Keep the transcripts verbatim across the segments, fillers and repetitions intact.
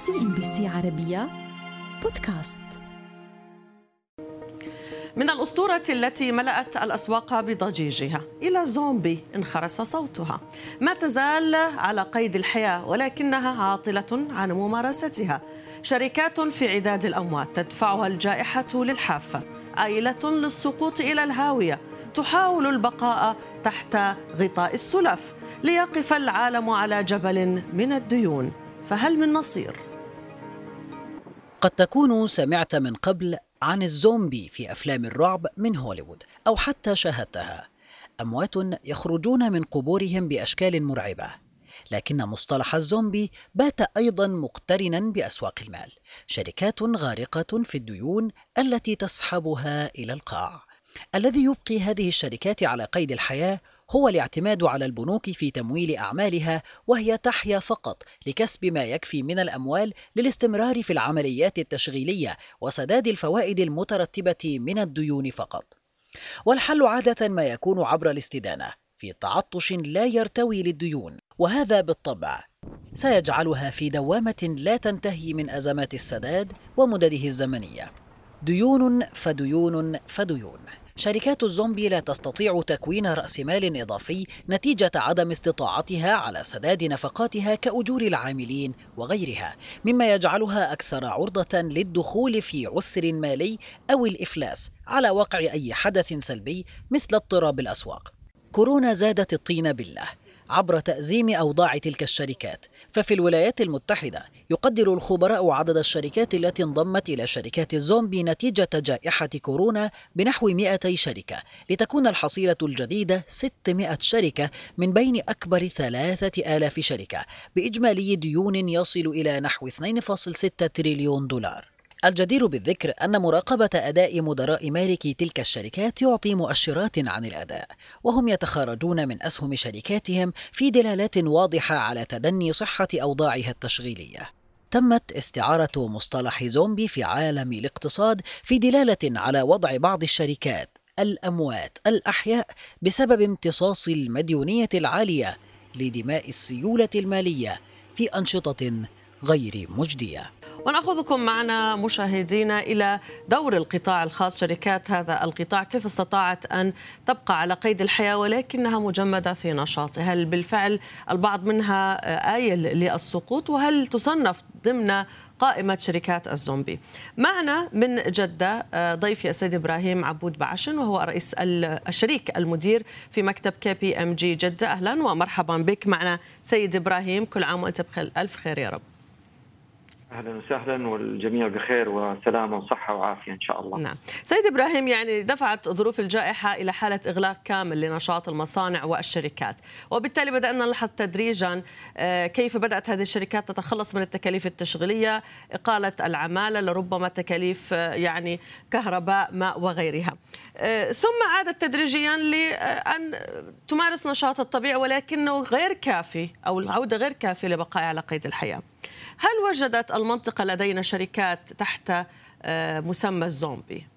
سي إم بي سي عربية بودكاست. من الأسطورة التي ملأت الأسواق بضجيجها إلى زومبي انخرس صوتها، ما تزال على قيد الحياة ولكنها عاطلة عن ممارستها. شركات في عداد الأموات تدفعها الجائحة للحافة، آيلة للسقوط إلى الهاوية، تحاول البقاء تحت غطاء السلف. ليقف العالم على جبل من الديون، فهل من نصير؟ قد تكون سمعت من قبل عن الزومبي في أفلام الرعب من هوليوود أو حتى شاهدتها. أموات يخرجون من قبورهم بأشكال مرعبة، لكن مصطلح الزومبي بات أيضا مقترنا بأسواق المال، شركات غارقة في الديون التي تسحبها إلى القاع. الذي يبقي هذه الشركات على قيد الحياة هو الاعتماد على البنوك في تمويل أعمالها، وهي تحيا فقط لكسب ما يكفي من الأموال للاستمرار في العمليات التشغيلية وسداد الفوائد المترتبة من الديون فقط. والحل عادة ما يكون عبر الاستدانة في تعطش لا يرتوي للديون، وهذا بالطبع سيجعلها في دوامة لا تنتهي من أزمات السداد ومدده الزمنية. ديون فديون فديون. شركات الزومبي لا تستطيع تكوين رأس مال إضافي نتيجة عدم استطاعتها على سداد نفقاتها كأجور العاملين وغيرها، مما يجعلها أكثر عرضة للدخول في عسر مالي أو الإفلاس على وقع أي حدث سلبي مثل اضطراب الأسواق. كورونا زادت الطين بلة عبر تأزيم أوضاع تلك الشركات. ففي الولايات المتحدة يقدر الخبراء عدد الشركات التي انضمت إلى شركات الزومبي نتيجة جائحة كورونا بنحو مئتي شركة، لتكون الحصيلة الجديدة ستمائة شركة من بين أكبر ثلاثة آلاف شركة، بإجمالي ديون يصل إلى نحو اثنين فاصلة ستة تريليون دولار. الجدير بالذكر أن مراقبة أداء مدراء مالكي تلك الشركات يعطي مؤشرات عن الأداء، وهم يتخارجون من أسهم شركاتهم في دلالات واضحة على تدني صحة أوضاعها التشغيلية. تمت استعارة مصطلح زومبي في عالم الاقتصاد في دلالة على وضع بعض الشركات الأموات الأحياء بسبب امتصاص المديونية العالية لدماء السيولة المالية في أنشطة غير مجدية. ونأخذكم معنا مشاهدينا إلى دور القطاع الخاص. شركات هذا القطاع كيف استطاعت أن تبقى على قيد الحياة ولكنها مجمدة في نشاطها؟ هل بالفعل البعض منها آيل للسقوط، وهل تصنف ضمن قائمة شركات الزومبي؟ معنا من جدة ضيفي السيد إبراهيم عبود بعشن، وهو رئيس الشريك المدير في مكتب كي بي إم جي جدة. أهلا ومرحبا بك معنا سيد إبراهيم، كل عام وأنت بألف خير يا رب. أهلا وسهلا والجميع بخير وسلامة وصحة وعافية إن شاء الله. نعم سيد إبراهيم، يعني دفعت ظروف الجائحة إلى حالة إغلاق كامل لنشاط المصانع والشركات، وبالتالي بدأنا نلاحظ تدريجا كيف بدأت هذه الشركات تتخلص من التكاليف التشغيلية، إقالة العمالة، لربما تكاليف يعني كهرباء ماء وغيرها، ثم عادت تدريجيا لأن تمارس نشاط الطبيعي ولكنه غير كافي، أو العودة غير كافية لبقاء على قيد الحياة. هل وجدت المنطقة لدينا شركات تحت مسمى الزومبي؟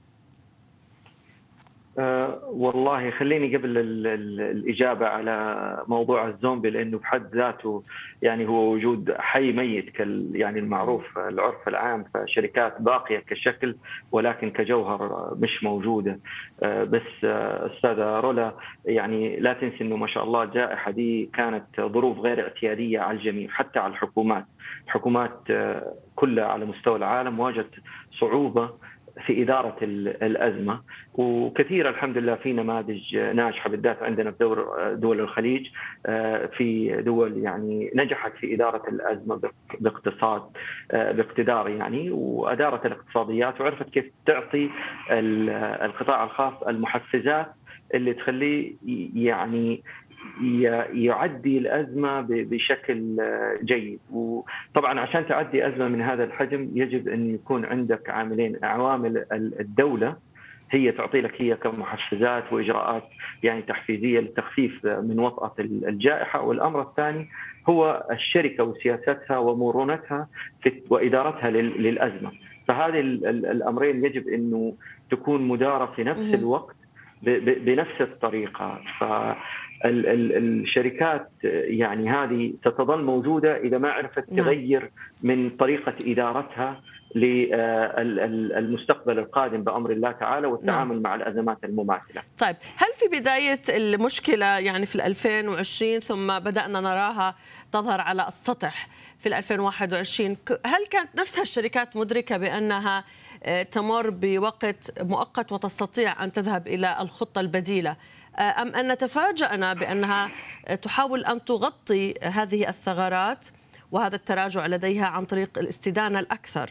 أه والله خليني قبل ال ال الإجابة على موضوع الزومبي، لأنه بحد ذاته يعني هو وجود حي ميت كال يعني المعروف العرف العام، فشركات باقية كشكل ولكن كجوهر مش موجودة. أه بس أه أستاذة رولا، يعني لا تنسي أنه ما شاء الله الجائحة دي كانت ظروف غير اعتيادية على الجميع، حتى على الحكومات. الحكومات أه كلها على مستوى العالم واجهت صعوبة في إدارة الأزمة، وكثير الحمد لله في نماذج ناجحة، بالذات عندنا في دول دول الخليج، في دول يعني نجحت في إدارة الأزمة باقتصاد باقتدار يعني، وأدارت الاقتصاديات وعرفت كيف تعطي القطاع الخاص المحفزات اللي تخليه يعني يعدي الأزمة بشكل جيد. وطبعا عشان تعدي أزمة من هذا الحجم يجب أن يكون عندك عاملين، عوامل الدولة هي تعطي لك هي كمحفزات وإجراءات يعني تحفيزية للتخفيف من وطأة الجائحة، والأمر الثاني هو الشركة وسياستها ومرونتها وإدارتها للأزمة. فهذه الأمرين يجب أنه تكون مدارة في نفس الوقت بنفس الطريقة. ال ال الشركات يعني هذه ستظل موجودة إذا ما عرفت تغير من طريقة إدارتها للمستقبل القادم بأمر الله تعالى والتعامل مع الأزمات المماثلة. طيب، هل في بداية المشكلة يعني في ألفين وعشرين ثم بدأنا نراها تظهر على السطح في ألفين وواحد وعشرين، هل كانت نفسها الشركات مدركة بأنها تمر بوقت مؤقت وتستطيع أن تذهب إلى الخطة البديلة، أم أن تفاجأنا بأنها تحاول أن تغطي هذه الثغرات وهذا التراجع لديها عن طريق الاستدانة الأكثر؟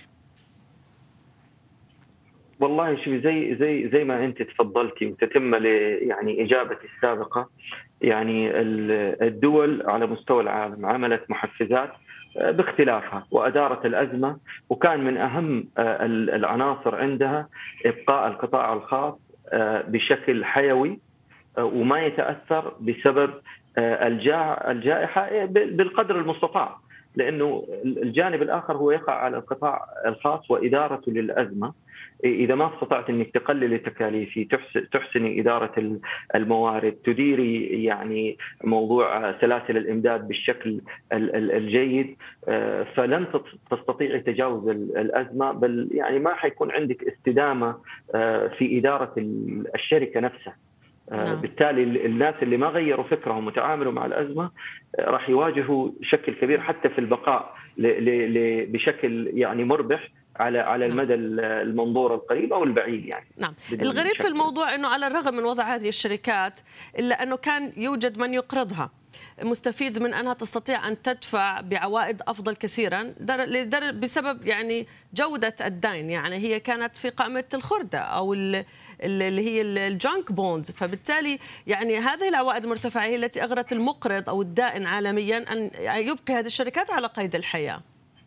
والله شوفي، زي زي زي ما انت تفضلتي وتتم يعني اجابتي السابقه، يعني الدول على مستوى العالم عملت محفزات باختلافها وادارت الازمه، وكان من اهم العناصر عندها ابقاء القطاع الخاص بشكل حيوي وما يتاثر بسبب الجائحه بالقدر المستطاع، لانه الجانب الاخر هو يقع على القطاع الخاص وادارته للازمه. إذا ما استطعت أنك تقللي تكاليفي، تحسني إدارة الموارد، تديري يعني موضوع سلاسل الإمداد بالشكل الجيد، فلن تستطيعي تجاوز الأزمة، بل يعني ما حيكون عندك استدامة في إدارة الشركة نفسها. نعم. بالتالي الناس اللي ما غيروا فكرهم وتعاملوا مع الأزمة راح يواجهوا شكل كبير حتى في البقاء بشكل يعني مربح على على المدى المنظور القريب او البعيد يعني. نعم، الغريب في الموضوع انه على الرغم من وضع هذه الشركات الا انه كان يوجد من يقرضها مستفيد من انها تستطيع ان تدفع بعوائد افضل كثيرا بسبب يعني جوده الدين، يعني هي كانت في قائمه الخرده او اللي هي الجانك بوندز، فبالتالي يعني هذه العوائد المرتفعه هي التي اغرت المقرض او الدائن عالميا ان يبقي هذه الشركات على قيد الحياه.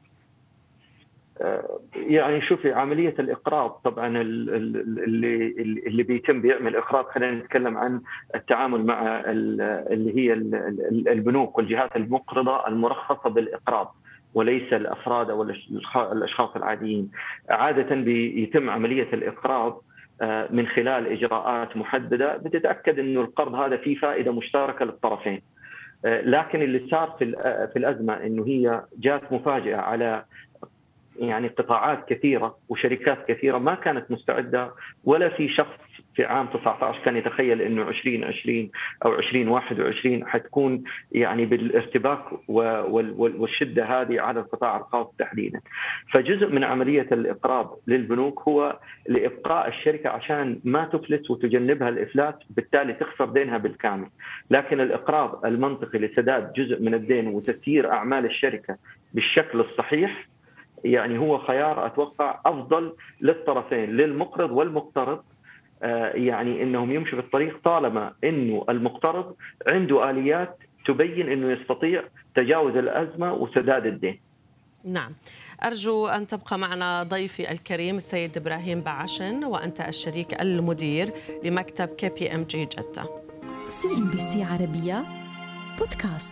يعني شوفي، عملية الإقراض طبعا اللي اللي بيتم بيعمل إقراض، خلينا نتكلم عن التعامل مع اللي هي البنوك والجهات المقرضة المرخصة بالإقراض وليس الأفراد أو الأشخاص العاديين. عادة بيتم عملية الإقراض من خلال إجراءات محددة بتتأكد إنه القرض هذا فيه فائدة مشتركة للطرفين. لكن اللي صار في في الأزمة إنه هي جات مفاجأة على يعني قطاعات كثيرة وشركات كثيرة ما كانت مستعدة، ولا في شخص في عام تسعة عشر كان يتخيل انه عشرين عشرين او عشرين واحد وعشرين حتكون يعني بالارتباك والشدة هذه على القطاع الخاص تحديدا. فجزء من عملية الإقراض للبنوك هو لإبقاء الشركة عشان ما تفلس وتجنبها الإفلاس، بالتالي تخسر دينها بالكامل. لكن الإقراض المنطقي لسداد جزء من الدين وتسيير أعمال الشركة بالشكل الصحيح يعني هو خيار أتوقع أفضل للطرفين، للمقرض والمقترض، يعني إنهم يمشوا في الطريق طالما إنه المقترض عنده آليات تبين إنه يستطيع تجاوز الأزمة وسداد الدين. نعم، أرجو أن تبقى معنا ضيفي الكريم السيد إبراهيم بعشن، وأنت الشريك المدير لمكتب كي بي إم جي جدة. سي إم بي سي عربية بودكاست.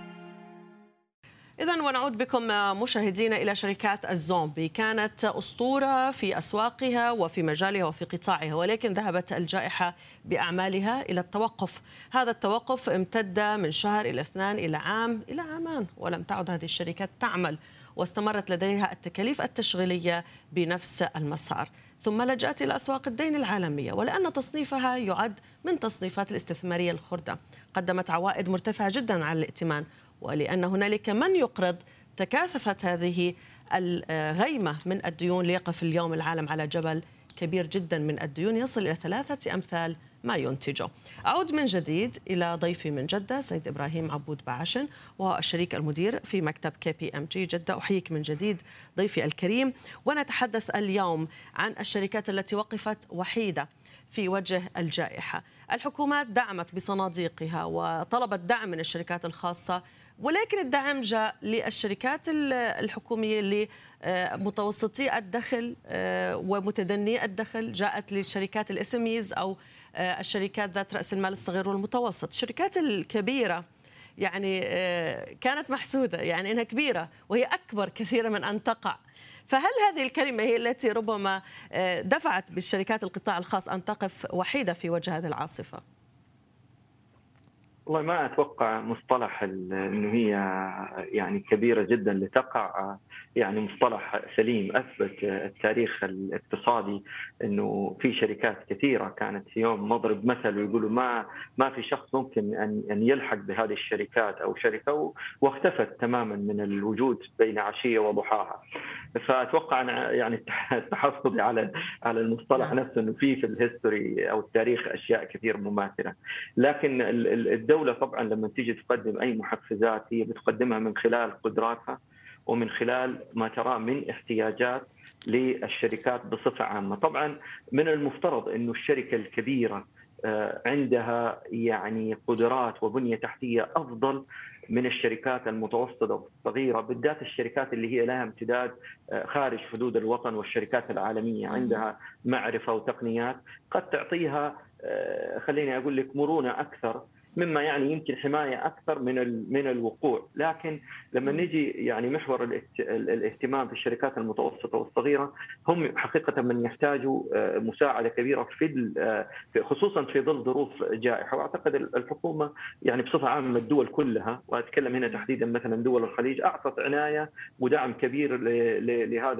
إذن ونعود بكم مشاهدينا إلى شركات الزومبي. كانت أسطورة في أسواقها وفي مجالها وفي قطاعها، ولكن ذهبت الجائحة بأعمالها إلى التوقف. هذا التوقف امتد من شهر إلى اثنان إلى عام إلى عامان، ولم تعد هذه الشركات تعمل، واستمرت لديها التكاليف التشغيلية بنفس المسار، ثم لجأت إلى أسواق الدين العالمية، ولأن تصنيفها يعد من تصنيفات الاستثمارية الخردة قدمت عوائد مرتفعة جدا على الائتمان، ولأن هنالك من يقرض تكاثفت هذه الغيمة من الديون ليقف اليوم العالم على جبل كبير جدا من الديون يصل إلى ثلاثة أمثال ما ينتجه. أعود من جديد إلى ضيفي من جدة سيد إبراهيم عبود بعشن، وهو الشريك المدير في مكتب كي بي إم جي جدة. أحييك من جديد ضيفي الكريم، ونتحدث اليوم عن الشركات التي وقفت وحيدة في وجه الجائحة. الحكومات دعمت بصناديقها وطلبت دعم من الشركات الخاصة، ولكن الدعم جاء للشركات الحكومية لمتوسطي الدخل ومتدني الدخل، جاءت للشركات الاسميز أو الشركات ذات رأس المال الصغير والمتوسط. الشركات الكبيرة يعني كانت محسودة، يعني إنها كبيرة وهي أكبر كثيرا من أن تقع. فهل هذه الكلمة هي التي ربما دفعت بالشركات القطاع الخاص أن تقف وحيدة في وجه هذه العاصفة؟ والله ما اتوقع مصطلح انه هي يعني كبيره جدا لتقع، يعني مصطلح سليم. اثبت التاريخ الاقتصادي انه في شركات كثيره كانت في يوم مضرب مثل ويقولوا ما ما في شخص ممكن ان ان يلحق بهذه الشركات او شركه، واختفت تماما من الوجود بين عشيه وضحاها. فاتوقع أنا يعني التحفظ على على المصطلح نفسه انه في في الهيستوري او التاريخ اشياء كثير مماثله. لكن الدوله طبعا لما تيجي تقدم اي محفزات هي بتقدمها من خلال قدراتها ومن خلال ما تراه من احتياجات للشركات بصفه عامه. طبعا من المفترض انه الشركه الكبيره عندها يعني قدرات وبنيه تحتيه افضل من الشركات المتوسطه والصغيره، بالذات الشركات اللي هي لها امتداد خارج حدود الوطن، والشركات العالميه عندها معرفه وتقنيات قد تعطيها خليني اقول لك مرونه اكثر، مما يعني يمكن حمايه اكثر من من الوقوع. لكن لما نجي يعني محور الاهتمام في الشركات المتوسطه والصغيره، هم حقيقه من يحتاجوا مساعده كبيره في خصوصا في ظل ظروف جائحه. واعتقد الحكومه يعني بصفه عامه الدول كلها، واتكلم هنا تحديدا مثلا دول الخليج، اعطت عنايه ودعم كبير لهذا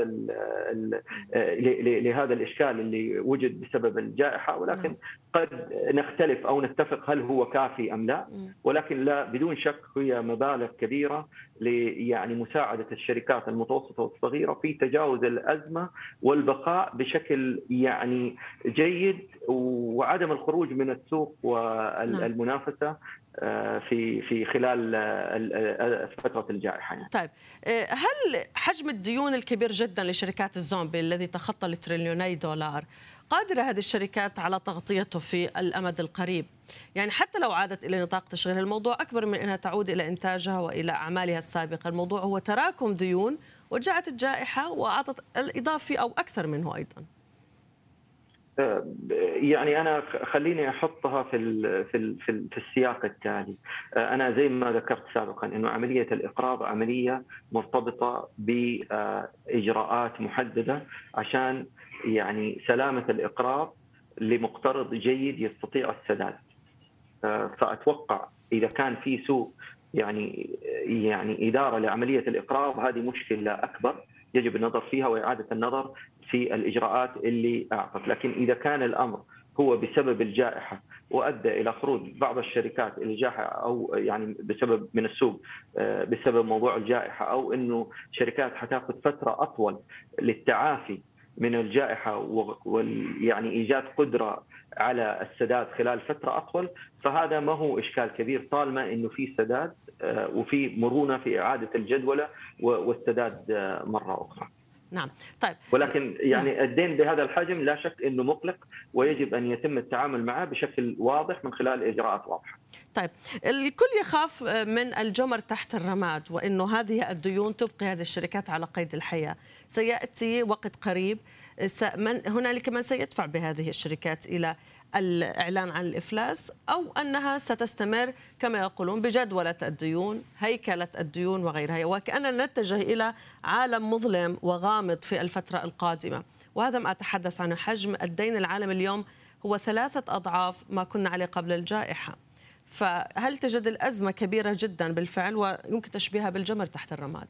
لهذا الاشكال اللي وجد بسبب الجائحه. ولكن قد نختلف او نتفق هل هو كافي ام لا، ولكن لا بدون شك هي مبالغ كبيره ل يعني مساعده الشركات المتوسطه والصغيره في تجاوز الازمه والبقاء بشكل يعني جيد، وعدم الخروج من السوق والمنافسه في في خلال فتره الجائحه. طيب، هل حجم الديون الكبير جدا لشركات الزومبي الذي تخطى التريليوني دولار قادرة هذه الشركات على تغطيته في الأمد القريب؟ يعني حتى لو عادت إلى نطاق تشغيلها، الموضوع أكبر من أنها تعود إلى إنتاجها وإلى أعمالها السابقة. الموضوع هو تراكم ديون، وجاءت الجائحة وأعطت الإضافي أو أكثر منه أيضا. يعني أنا خليني أحطها في في في السياق التالي. أنا زي ما ذكرت سابقا إنه عملية الإقراض عملية مرتبطة بإجراءات محددة عشان يعني سلامة الإقراض لمقترض جيد يستطيع السداد. فأتوقع إذا كان في سوء يعني يعني إدارة لعملية الإقراض، هذه مشكلة أكبر يجب النظر فيها وإعادة النظر في الإجراءات اللي أعطت. لكن إذا كان الأمر هو بسبب الجائحة وأدى إلى خروج بعض الشركات إلى الجائحة، أو يعني بسبب من السوق بسبب موضوع الجائحة، أو إنه شركات حتاخذ فترة أطول للتعافي من الجائحة ويعني إيجاد قدرة على السداد خلال فترة أطول، فهذا ما هو إشكال كبير طالما إنه في سداد وفي مرونة في إعادة الجدولة والسداد مرة أخرى. نعم. طيب، ولكن يعني الدين بهذا الحجم لا شك انه مقلق، ويجب ان يتم التعامل معه بشكل واضح من خلال اجراءات واضحه. طيب، الكل يخاف من الجمر تحت الرماد، وانه هذه الديون تبقي هذه الشركات على قيد الحياه. سياتي وقت قريب من هنالك من سيدفع بهذه الشركات الى الإعلان عن الإفلاس، أو أنها ستستمر كما يقولون بجدولة الديون، هيكلة الديون وغيرها، وكأننا نتجه إلى عالم مظلم وغامض في الفترة القادمة. وهذا ما أتحدث عنه. حجم الدين العالمي اليوم هو ثلاثة أضعاف ما كنا عليه قبل الجائحة. فهل تجد الأزمة كبيرة جدا بالفعل ويمكن تشبيهها بالجمر تحت الرماد؟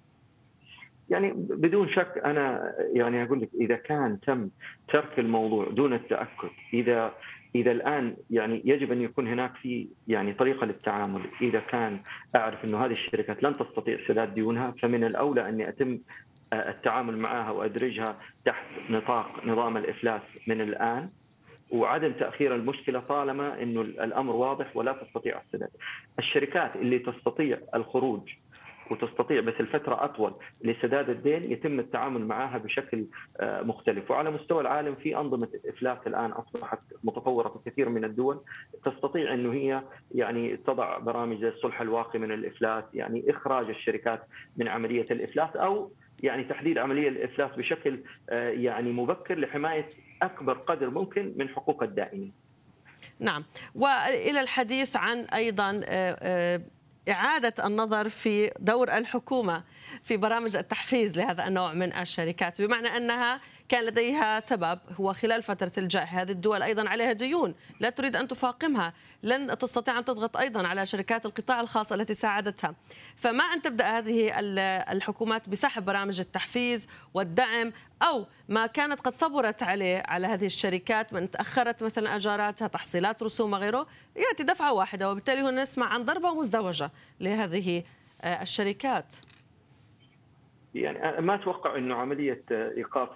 يعني بدون شك أنا يعني أقول لك إذا كان تم ترك الموضوع دون التأكد، إذا إذا الآن يعني يجب أن يكون هناك في يعني طريقة للتعامل. إذا كان أعرف إنه هذه الشركات لن تستطيع سداد ديونها، فمن الأولى أن يتم التعامل معها وأدرجها تحت نطاق نظام الإفلاس من الآن، وعدم تأخير المشكلة طالما إنه الأمر واضح ولا تستطيع السداد. الشركات اللي تستطيع الخروج وتستطيع بس الفترة أطول لسداد الدين يتم التعامل معها بشكل مختلف. وعلى مستوى العالم في أنظمة إفلاس الآن أصبحت متطورة في كثير من الدول، تستطيع أنه هي يعني تضع برامج الصلح الواقي من الإفلاس، يعني إخراج الشركات من عملية الإفلاس، أو يعني تحديد عملية الإفلاس بشكل يعني مبكر لحماية أكبر قدر ممكن من حقوق الدائنين. نعم. وإلى الحديث عن أيضا إعادة النظر في دور الحكومة في برامج التحفيز لهذا النوع من الشركات، بمعنى أنها كان لديها سبب هو خلال فترة الجائحة. هذه الدول أيضا عليها ديون لا تريد أن تفاقمها، لن تستطيع أن تضغط أيضا على شركات القطاع الخاص التي ساعدتها. فما أن تبدأ هذه الحكومات بسحب برامج التحفيز والدعم، أو ما كانت قد صبرت عليه على هذه الشركات من تأخرت مثلا أجاراتها، تحصيلات رسوم وغيره، يأتي دفعة واحدة، وبالتالي هنا نسمع عن ضربة مزدوجة لهذه الشركات. يعني ما اتوقع انه عمليه ايقاف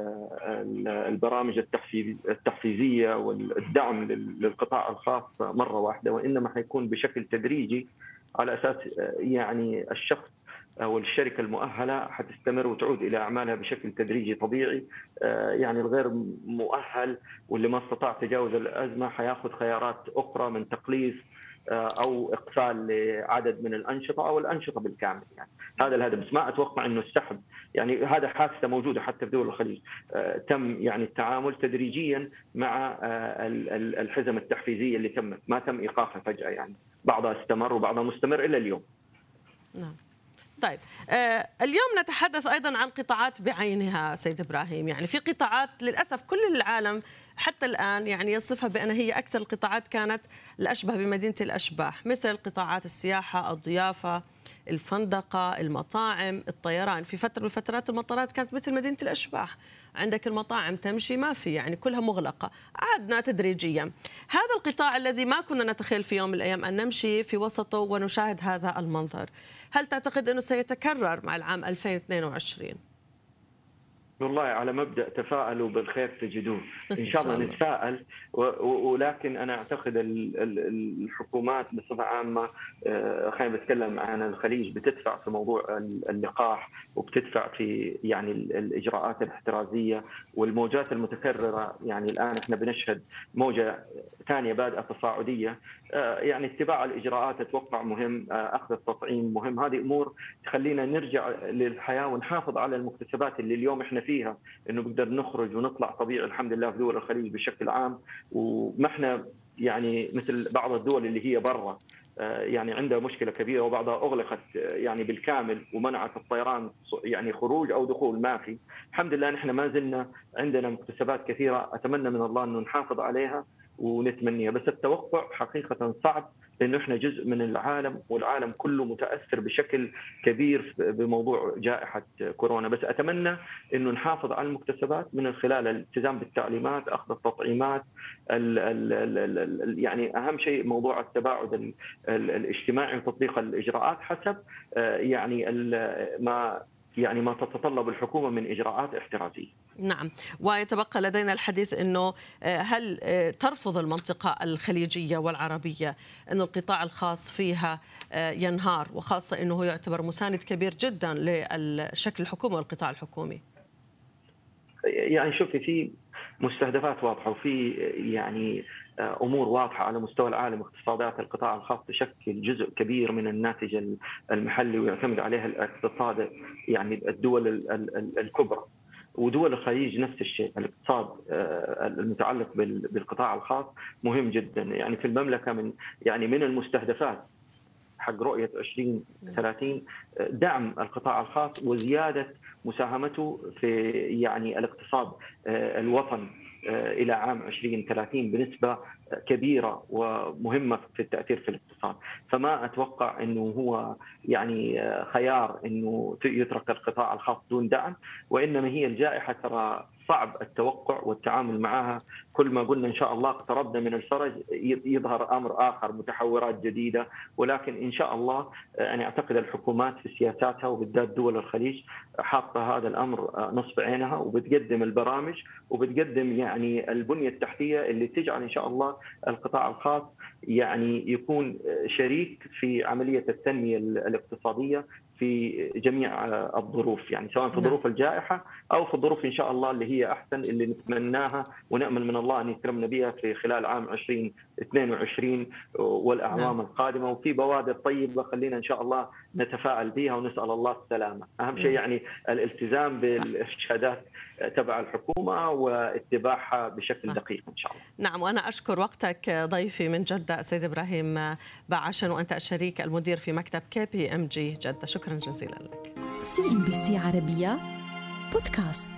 البرامج التحفيزيه والدعم للقطاع الخاص مره واحده، وانما حيكون بشكل تدريجي على اساس يعني الشخص او الشركه المؤهله حتستمر وتعود الى اعمالها بشكل تدريجي طبيعي. يعني الغير مؤهل واللي ما استطاع تجاوز الازمه حياخذ خيارات اخرى من تقليص او اقفال لعدد من الانشطه او الانشطه بالكامل. يعني هذا الهدف، بس ما اتوقع انه السحب، يعني هذا حادثه موجوده حتى في دول الخليج، تم يعني التعامل تدريجيا مع الحزم التحفيزيه اللي تمت، ما تم ايقافها فجاه، يعني بعضها استمر وبعضها مستمر الى اليوم. نعم. طيب آه اليوم نتحدث أيضا عن قطاعات بعينها سيد إبراهيم. يعني في قطاعات للأسف كل العالم حتى الآن يعني يصفها بأن هي أكثر القطاعات كانت الأشبه بمدينة الأشباح، مثل قطاعات السياحة، الضيافة، الفندقة، المطاعم، الطيران. في فترة من الفترات المطارات كانت مثل مدينة الأشباح، عندك المطاعم تمشي ما في، يعني كلها مغلقة. عادنا تدريجيا. هذا القطاع الذي ما كنا نتخيل في يوم من الأيام أن نمشي في وسطه ونشاهد هذا المنظر، هل تعتقد أنه سيتكرر مع العام ألفين واثنين وعشرين؟ والله على مبدأ تفاءلوا بالخير تجدوه، إن شاء الله نتفائل، ولكن أنا أعتقد الحكومات بصفة عامة، خلينا نتكلم عن الخليج، بتدفع في موضوع اللقاح وبتدفع في يعني الإجراءات الاحترازية والموجات المتكررة. يعني الآن إحنا بنشهد موجة ثانية بادئة تصاعدية، يعني اتباع الإجراءات أتوقع مهم، أخذ التطعيم مهم. هذه أمور تخلينا نرجع للحياة ونحافظ على المكتسبات اللي اليوم إحنا فيها، انه بنقدر نخرج ونطلع طبيعي الحمد لله في دول الخليج بشكل عام، وما احنا يعني مثل بعض الدول اللي هي برا يعني عندها مشكله كبيره وبعضها اغلقت يعني بالكامل ومنعت الطيران يعني خروج او دخول ما في. الحمد لله نحن ما زلنا عندنا مكتسبات كثيره، اتمنى من الله انه نحافظ عليها ونتمنيها، بس التوقع حقيقه صعب لانه احنا جزء من العالم والعالم كله متاثر بشكل كبير بموضوع جائحه كورونا. بس اتمنى انه نحافظ على المكتسبات من خلال الالتزام بالتعليمات، اخذ التطعيمات، ال ال ال يعني اهم شيء موضوع التباعد الاجتماعي وتطبيق الاجراءات حسب يعني ما يعني ما تتطلب الحكومة من إجراءات احترازية. نعم، ويتبقى لدينا الحديث أنه هل ترفض المنطقة الخليجية والعربية أن القطاع الخاص فيها ينهار، وخاصة أنه يعتبر مساند كبير جدا للشكل الحكومي والقطاع الحكومي؟ يعني شوفي، في مستهدفات واضحة وفي يعني امور واضحه على مستوى العالم. اقتصادات القطاع الخاص تشكل جزء كبير من الناتج المحلي ويعتمد عليها الاقتصاد يعني الدول الكبرى، ودول الخليج نفس الشيء. الاقتصاد المتعلق بالقطاع الخاص مهم جدا. يعني في المملكه من يعني من المستهدفات حق رؤيه عشرين ثلاثين دعم القطاع الخاص وزياده مساهمته في يعني الاقتصاد الوطني إلى عام عشرين ثلاثين بنسبة كبيرة ومهمة في التأثير في الاقتصاد. فما أتوقع أنه هو يعني خيار أنه يترك القطاع الخاص دون دعم، وإنما هي الجائحة ترى صعب التوقع والتعامل معها. كل ما قلنا إن شاء الله اقتربنا من الفرج يظهر أمر آخر، متحورات جديدة. ولكن إن شاء الله أنا أعتقد الحكومات في سياساتها وبالذات دول الخليج حاطة هذا الأمر نصب عينها، وبتقدم البرامج وبتقدم يعني البنية التحتية اللي تجعل إن شاء الله القطاع الخاص يعني يكون شريك في عملية التنمية الاقتصادية في جميع الظروف، يعني سواء في ظروف الجائحة أو في الظروف إن شاء الله اللي هي أحسن اللي نتمناها ونأمل من الله أن يكرمنا بها في خلال عام عشرين اثنين وعشرين والأعوام القادمة. وفي بوادر طيبة خلينا إن شاء الله نتفاعل بها ونسأل الله السلامة. أهم شيء يعني الالتزام بالإرشادات تبع الحكومة واتباعها بشكل صح. دقيق إن شاء الله. نعم، وأنا أشكر وقتك ضيفي من جدة سيد إبراهيم بعشن، وأنت الشريك المدير في مكتب كي بي إم جي جدة. شكرا جزيلا لك. سي إم بي سي عربية بودكاست.